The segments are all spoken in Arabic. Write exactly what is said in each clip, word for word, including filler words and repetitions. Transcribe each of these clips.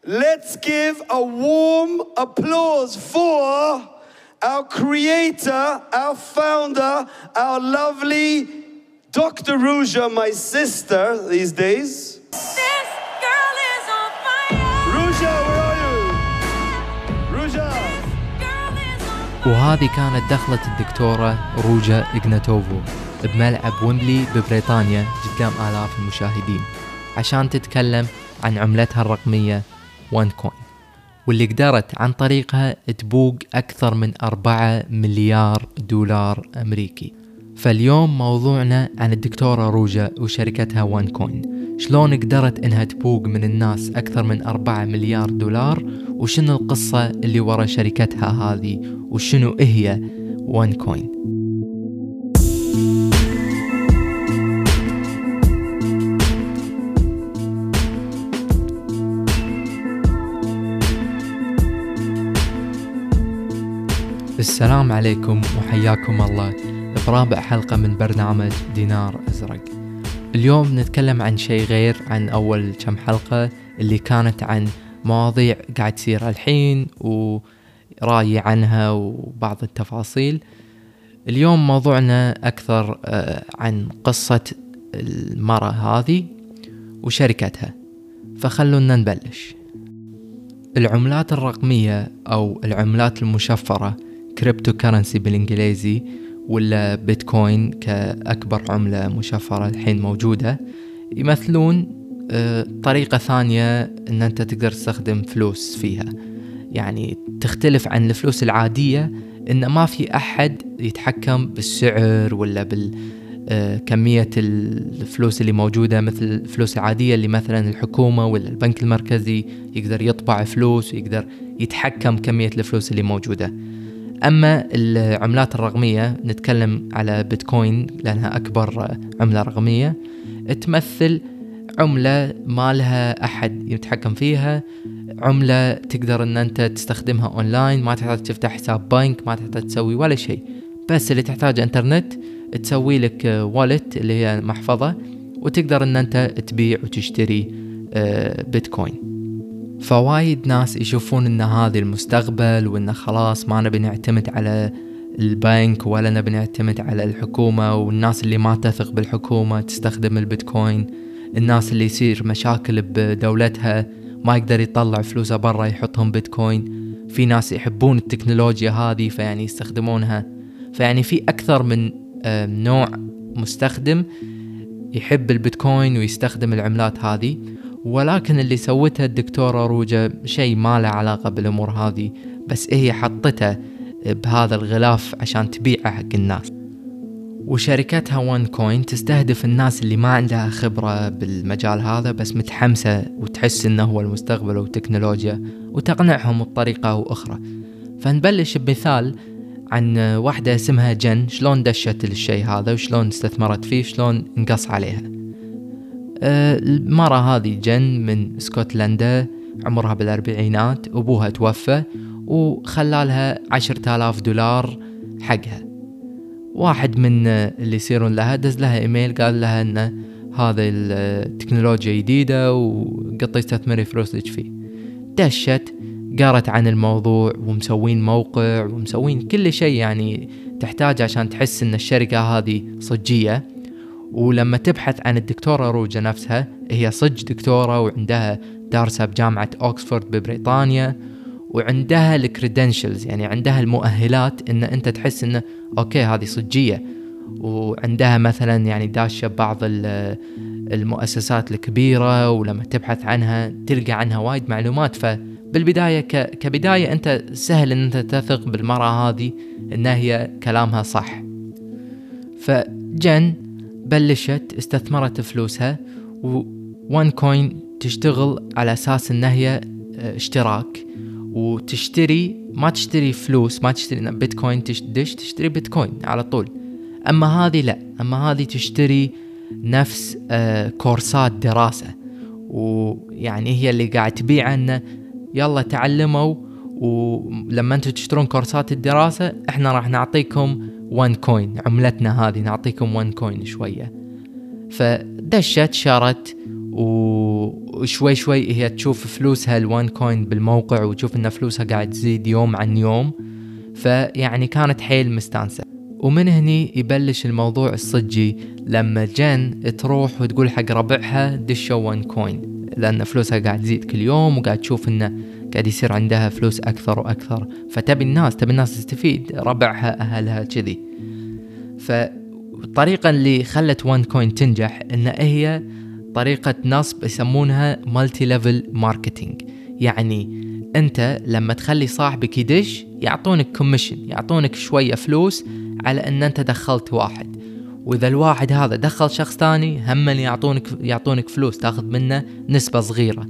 Let's give a warm applause for our creator, our founder, our lovely Doctor Ruja, my sister these days. This girl is on fire. Ruja, where are you? Ruja. وهذه كانت دخلة الدكتورة روجا إغناتوفو بملعب ويمبلي ببريطانيا قدام آلاف المشاهدين عشان تتكلم عن عملتها الرقمية وان كوين، واللي قدرت عن طريقها تبوق أكثر من أربعة مليار دولار أمريكي. فاليوم موضوعنا عن الدكتورة روجا وشركتها وان كوين، شلون قدرت إنها تبوق من الناس أكثر من أربعة مليار دولار، وشنو القصة اللي ورا شركتها هذه، وشنو هي وان كوين. السلام عليكم وحياكم الله برابع حلقة من برنامج دينار أزرق. اليوم نتكلم عن شيء غير عن أول كم حلقة اللي كانت عن مواضيع قاعد تصير الحين ورأيي عنها وبعض التفاصيل. اليوم موضوعنا أكثر عن قصة المرأة هذه وشركتها، فخلونا نبلش. العملات الرقمية أو العملات المشفرة كريبتو كارنسي بالإنجليزي ولا بيتكوين كأكبر عملة مشفرة الحين موجودة، يمثلون طريقة ثانية أن أنت تقدر تستخدم فلوس فيها. يعني تختلف عن الفلوس العادية أن ما في أحد يتحكم بالسعر ولا بالكمية الفلوس اللي موجودة مثل الفلوس العادية اللي مثلا الحكومة ولا البنك المركزي يقدر يطبع فلوس ويقدر يتحكم كمية الفلوس اللي موجودة. أما العملات الرقمية نتكلم على بيتكوين لأنها أكبر عملة رقمية، تمثل عملة ما لها أحد يتحكم فيها، عملة تقدر أن أنت تستخدمها أونلاين، ما تحتاج تفتح حساب بنك، ما تحتاج تسوي ولا شيء، بس اللي تحتاج إنترنت تسوي لك والت اللي هي محفظة وتقدر أن أنت تبيع وتشتري بيتكوين. فوايد ناس يشوفون ان هذا المستقبل وان خلاص ما نبي نعتمد على البنك ولا نبي نعتمد على الحكومة، والناس اللي ما تثق بالحكومة تستخدم البيتكوين، الناس اللي يصير مشاكل بدولتها ما يقدر يطلع فلوسه برا يحطهم بيتكوين. في ناس يحبون التكنولوجيا هذه فيعني يستخدمونها، فيعني في أكثر من نوع مستخدم يحب البيتكوين ويستخدم العملات هذه. ولكن اللي سوتها الدكتورة روجا شيء ما له علاقة بالأمور هذه، بس هي حطتها بهذا الغلاف عشان تبيعه حق الناس. وشركتها وان كوين تستهدف الناس اللي ما عندها خبرة بالمجال هذا بس متحمسة وتحس انه هو المستقبل والتكنولوجيا، وتقنعهم بطريقة أو أخرى. فنبلش بمثال عن واحدة اسمها جن، شلون دشت الشيء هذا وشلون استثمرت فيه، شلون انقص عليها. المرأة هذه جن من اسكتلندا، عمرها بالأربعينات، أبوها توفى وخلالها عشرة آلاف دولار حقها. واحد من اللي يصيرون لها دز لها إيميل قال لها أن هذا التكنولوجيا جديدة وقط يستثمري فلوسك فيه. دشت قارت عن الموضوع ومسوين موقع ومسوين كل شيء يعني تحتاج عشان تحس أن الشركة هذه صجية. ولما تبحث عن الدكتورة روجا نفسها، هي صج دكتورة وعندها دارسة بجامعة أوكسفورد ببريطانيا، وعندها الكريدنشلز يعني عندها المؤهلات إن أنت تحس إنه أوكي هذه صجية. وعندها مثلا يعني داشة بعض المؤسسات الكبيرة، ولما تبحث عنها تلقى عنها وايد معلومات. فبالبداية كبداية أنت سهل إن أنت تثق بالمرأة هذه إن هي كلامها صح. فجن بلشت استثمرت فلوسها، ووان كوين تشتغل على أساس إن هي اشتراك، وتشتري ما تشتري فلوس، ما تشتري بيتكوين، تشتري تشتري بيتكوين على طول. أما هذه لا، أما هذه تشتري نفس كورسات دراسة، ويعني هي اللي قاعد تبيع أنه يلا تعلموا، ولما أنتوا تشترون كورسات الدراسة إحنا راح نعطيكم وان كوين، عملتنا هذه نعطيكم وان كوين شوية. فدشت شارت و وشوي شوي هي تشوف فلوسها الوان كوين بالموقع وتشوف ان فلوسها قاعد تزيد يوم عن يوم، فيعني كانت حيل مستانسة. ومن هني يبلش الموضوع الصجي لما جن تروح وتقول حق ربعها دشوا وان كوين، لأن فلوسها قاعد تزيد كل يوم وقاعد تشوف إنه قاعد يصير عندها فلوس أكثر وأكثر، فتبي الناس تبي الناس تستفيد، ربعها أهلها كذي. فالطريقة اللي خلت وان كوين تنجح إن هي طريقة نصب يسمونها مالتي ليفل ماركتينج. يعني أنت لما تخلي صاحبك يدش يعطونك كوميشن، يعطونك شوية فلوس على أن أنت دخلت واحد، وإذا الواحد هذا دخل شخص تاني هم يعطونك يعطونك فلوس، تأخذ منه نسبة صغيرة،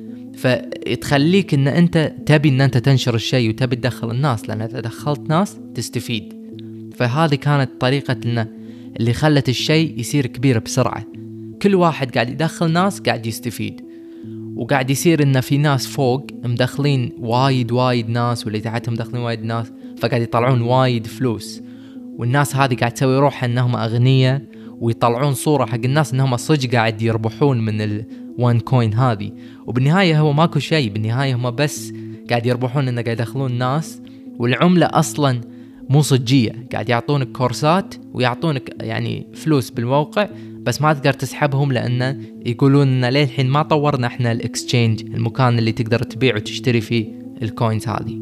فتخليك أن أنت تبي أن أنت تنشر الشيء وتبي تدخل الناس، لأن إذا دخلت ناس تستفيد. فهذه كانت طريقة إنه اللي خلت الشيء يصير كبير بسرعة، كل واحد قاعد يدخل ناس قاعد يستفيد، وقاعد يصير إن في ناس فوق مدخلين وايد وايد ناس، واللي تحتهم مدخلين وايد ناس، فقاعد يطلعون وايد فلوس، والناس هذه قاعد تسوي روحها إنهم أغنياء ويطلعون صورة حق الناس إنهم صدق قاعد يربحون من الوان كوين هذه، وبالنهاية هو ماكو شيء، بالنهاية هم بس قاعد يربحون إنه قاعد يدخلون ناس، والعملة أصلاً مو صجية، قاعد يعطونك كورسات ويعطونك يعني فلوس بالموقع، بس ما تقدر تسحبهم لأنه يقولون إن ليه الحين ما طورنا إحنا الإكسشينج، المكان اللي تقدر تبيع وتشتري فيه الكوينز هذه.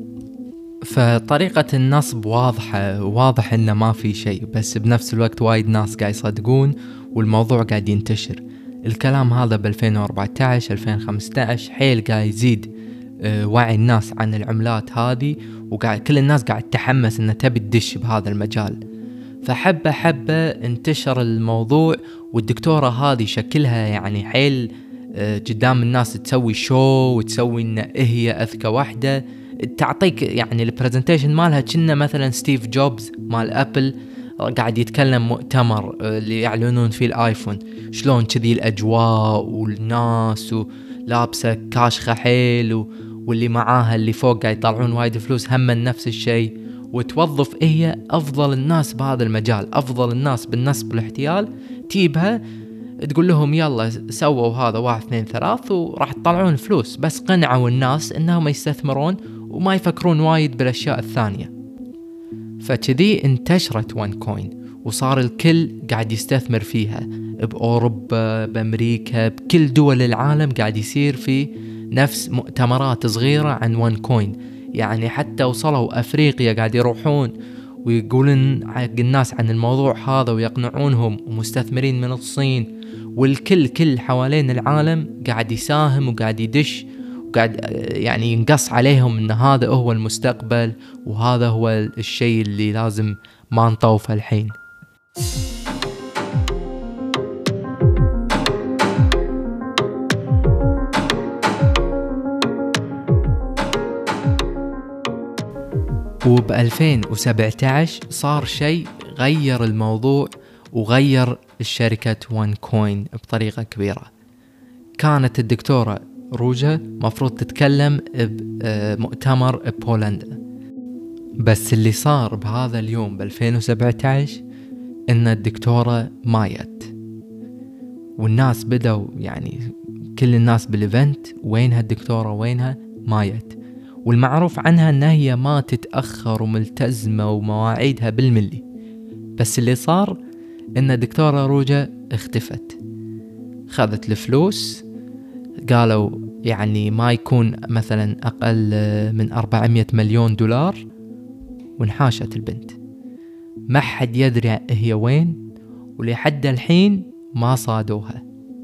فطريقة النصب واضحة، واضح إنه ما في شيء، بس بنفس الوقت وايد ناس قاعد يصدقون والموضوع قاعد ينتشر. الكلام هذا ب ألفين وأربعة عشر ألفين وخمسة عشر حيل قاعد يزيد وعي الناس عن العملات هذه، وقاعد كل الناس قاعد تحمس إنه تبي تدش بهذا المجال. فحبة حبة انتشر الموضوع، والدكتورة هذه شكلها يعني حيل قدام الناس تسوي شو وتسوي إن هي أذكى واحدة، تعطيك يعني البرزنتيشن مالها كنا مثلا ستيف جوبز مال أبل قاعد يتكلم مؤتمر اللي يعلنون فيه الآيفون، شلون كذي الأجواء والناس ولابسة كاشخة حيل، واللي معاها اللي فوق قاعد يطلعون وايد فلوس هم نفس الشيء، وتوظف هي أفضل الناس بهذا المجال، أفضل الناس بالنسب والاحتيال، تجيبها تقول لهم يلا سووا هذا واحد اثنين ثلاث وراح تطلعون فلوس، بس قنعوا الناس إنهم يستثمرون وما يفكرون وايد بالأشياء الثانية. فكذي انتشرت وان كوين وصار الكل قاعد يستثمر فيها، بأوروبا بأمريكا بكل دول العالم قاعد يصير في نفس مؤتمرات صغيرة عن وان كوين، يعني حتى وصلوا أفريقيا قاعد يروحون ويقولون حق الناس عن الموضوع هذا ويقنعونهم، ومستثمرين من الصين والكل كل حوالين العالم قاعد يساهم وقاعد يدش وقاعد يعني ينقص عليهم إن هذا هو المستقبل وهذا هو الشيء اللي لازم ما نطوفه الحين. وب ألفين وسبعة عشر صار شيء غير الموضوع وغير الشركة وان كوين بطريقة كبيرة. كانت الدكتورة روجا مفروض تتكلم بمؤتمر بولندا، بس اللي صار بهذا اليوم ب ألفين وسبعة عشر إن الدكتورة ماتت، والناس بدوا يعني كل الناس بالإيفنت وينها الدكتورة وينها، ماتت، والمعروف عنها أنها هي ما تتأخر وملتزمة ومواعيدها بالملي. بس اللي صار إن الدكتورة روجا اختفت، خذت الفلوس، قالوا يعني ما يكون مثلا أقل من أربعمية مليون دولار، وانحاشت البنت، ما حد يدري هي وين، ولحد الحين ما صادوها.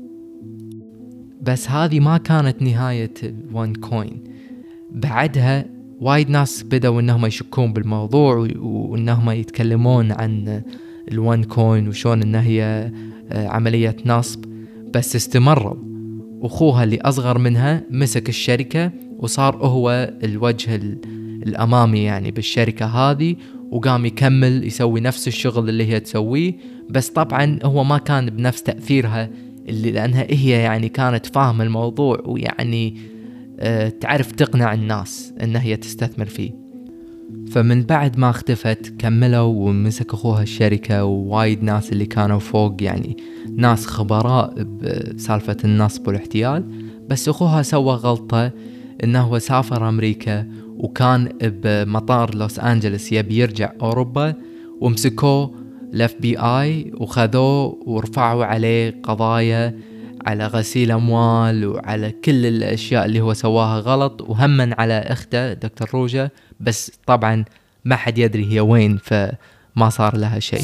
بس هذه ما كانت نهاية وان كوين، بعدها وايد ناس بدأوا انهم يشكون بالموضوع وانهم يتكلمون عن الوان كوين وشون انها هي عملية نصب، بس استمروا. اخوها اللي اصغر منها مسك الشركة وصار هو الوجه الامامي يعني بالشركة هذه، وقام يكمل يسوي نفس الشغل اللي هي تسويه، بس طبعا هو ما كان بنفس تأثيرها اللي لانها هي يعني كانت فاهمة الموضوع ويعني تعرف تقنع الناس إن هي تستثمر فيه. فمن بعد ما اختفت كملوا ومسك أخوها الشركة، ووايد ناس اللي كانوا فوق يعني ناس خبراء بسالفة النصب والاحتيال. بس أخوها سوى غلطة إنه هو سافر أمريكا وكان بمطار لوس أنجلس يبي يرجع أوروبا، ومسكوه الاف بي اي وخذوه ورفعوا عليه قضايا على غسيل أموال وعلى كل الأشياء اللي هو سواها غلط، وهمن على أخته دكتور روجا، بس طبعا ما حد يدري هي وين، فما صار لها شيء.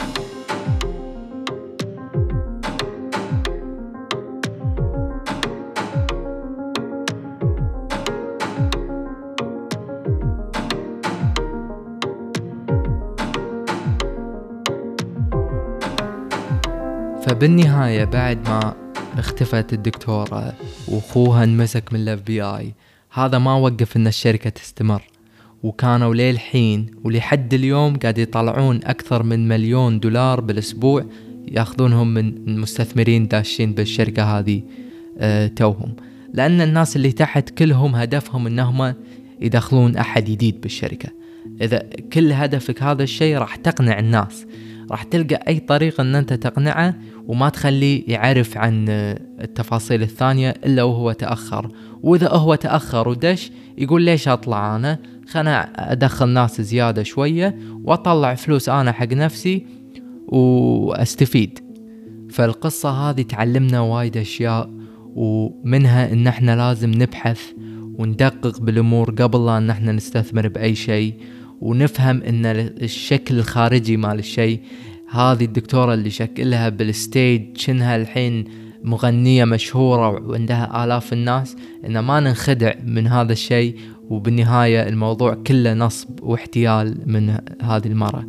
فبالنهاية بعد ما اختفت الدكتورة واخوها انمسك من الاف بي اي، هذا ما وقف ان الشركة تستمر، وكانوا للحين ولحد اليوم قاعد يطلعون اكثر من مليون دولار بالاسبوع ياخذونهم من المستثمرين داشين بالشركة هذه اه توهم، لان الناس اللي تحت كلهم هدفهم انهم يدخلون احد جديد بالشركة. اذا كل هدفك هذا الشيء راح تقنع الناس، راح تلقى أي طريقة أن أنت تقنعه وما تخليه يعرف عن التفاصيل الثانية إلا وهو تأخر. وإذا هو تأخر ودش يقول ليش أطلع أنا، خنا أدخل ناس زيادة شوية وأطلع فلوس أنا حق نفسي وأستفيد. فالقصة هذه تعلمنا وايد أشياء، ومنها إن احنا لازم نبحث وندقق بالأمور قبل لا إن احنا نستثمر بأي شيء، ونفهم ان الشكل الخارجي مال الشيء. هذه الدكتورة اللي شكلها بالستيج شنها الحين مغنية مشهورة وعندها آلاف الناس، ان ما ننخدع من هذا الشيء، وبالنهاية الموضوع كله نصب واحتيال من هذه المرة.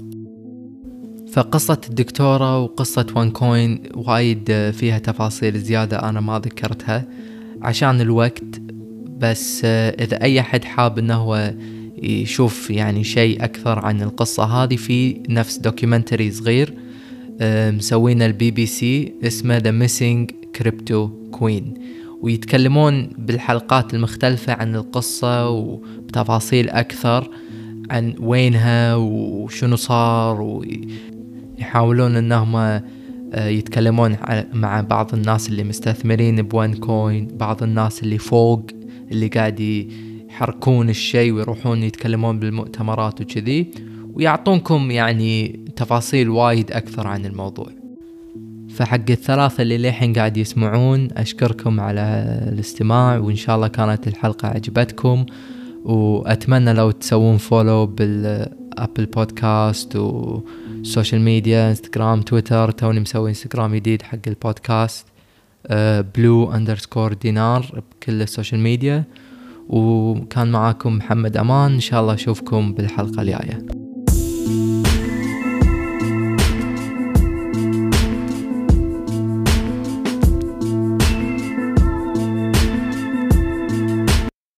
فقصة الدكتورة وقصة وان كوين وايد فيها تفاصيل زيادة أنا ما ذكرتها عشان الوقت، بس إذا أي حد حاب أنه هو يشوف يعني شيء أكثر عن القصة هذه، في نفس دوكيومنتري صغير مسوينا البي بي سي اسمه The Missing Crypto Queen، ويتكلمون بالحلقات المختلفة عن القصة وبتفاصيل أكثر عن وينها وشنو صار، ويحاولون أنهم يتكلمون مع بعض الناس اللي مستثمرين بوان كوين، بعض الناس اللي فوق اللي قاعد يحركون الشيء ويروحون يتكلمون بالمؤتمرات وكذي، ويعطونكم يعني تفاصيل وايد أكثر عن الموضوع. فحق الثلاثة اللي للحين قاعد يسمعون أشكركم على الاستماع، وإن شاء الله كانت الحلقة عجبتكم، وأتمنى لو تسوون فولو بالأبل بودكاست وسوشيال ميديا انستغرام تويتر. توني مسوي انستغرام جديد حق البودكاست بلو اندرسكور دينار بكل السوشيال ميديا. وكان معاكم محمد أمان، إن شاء الله أشوفكم بالحلقة الجاية.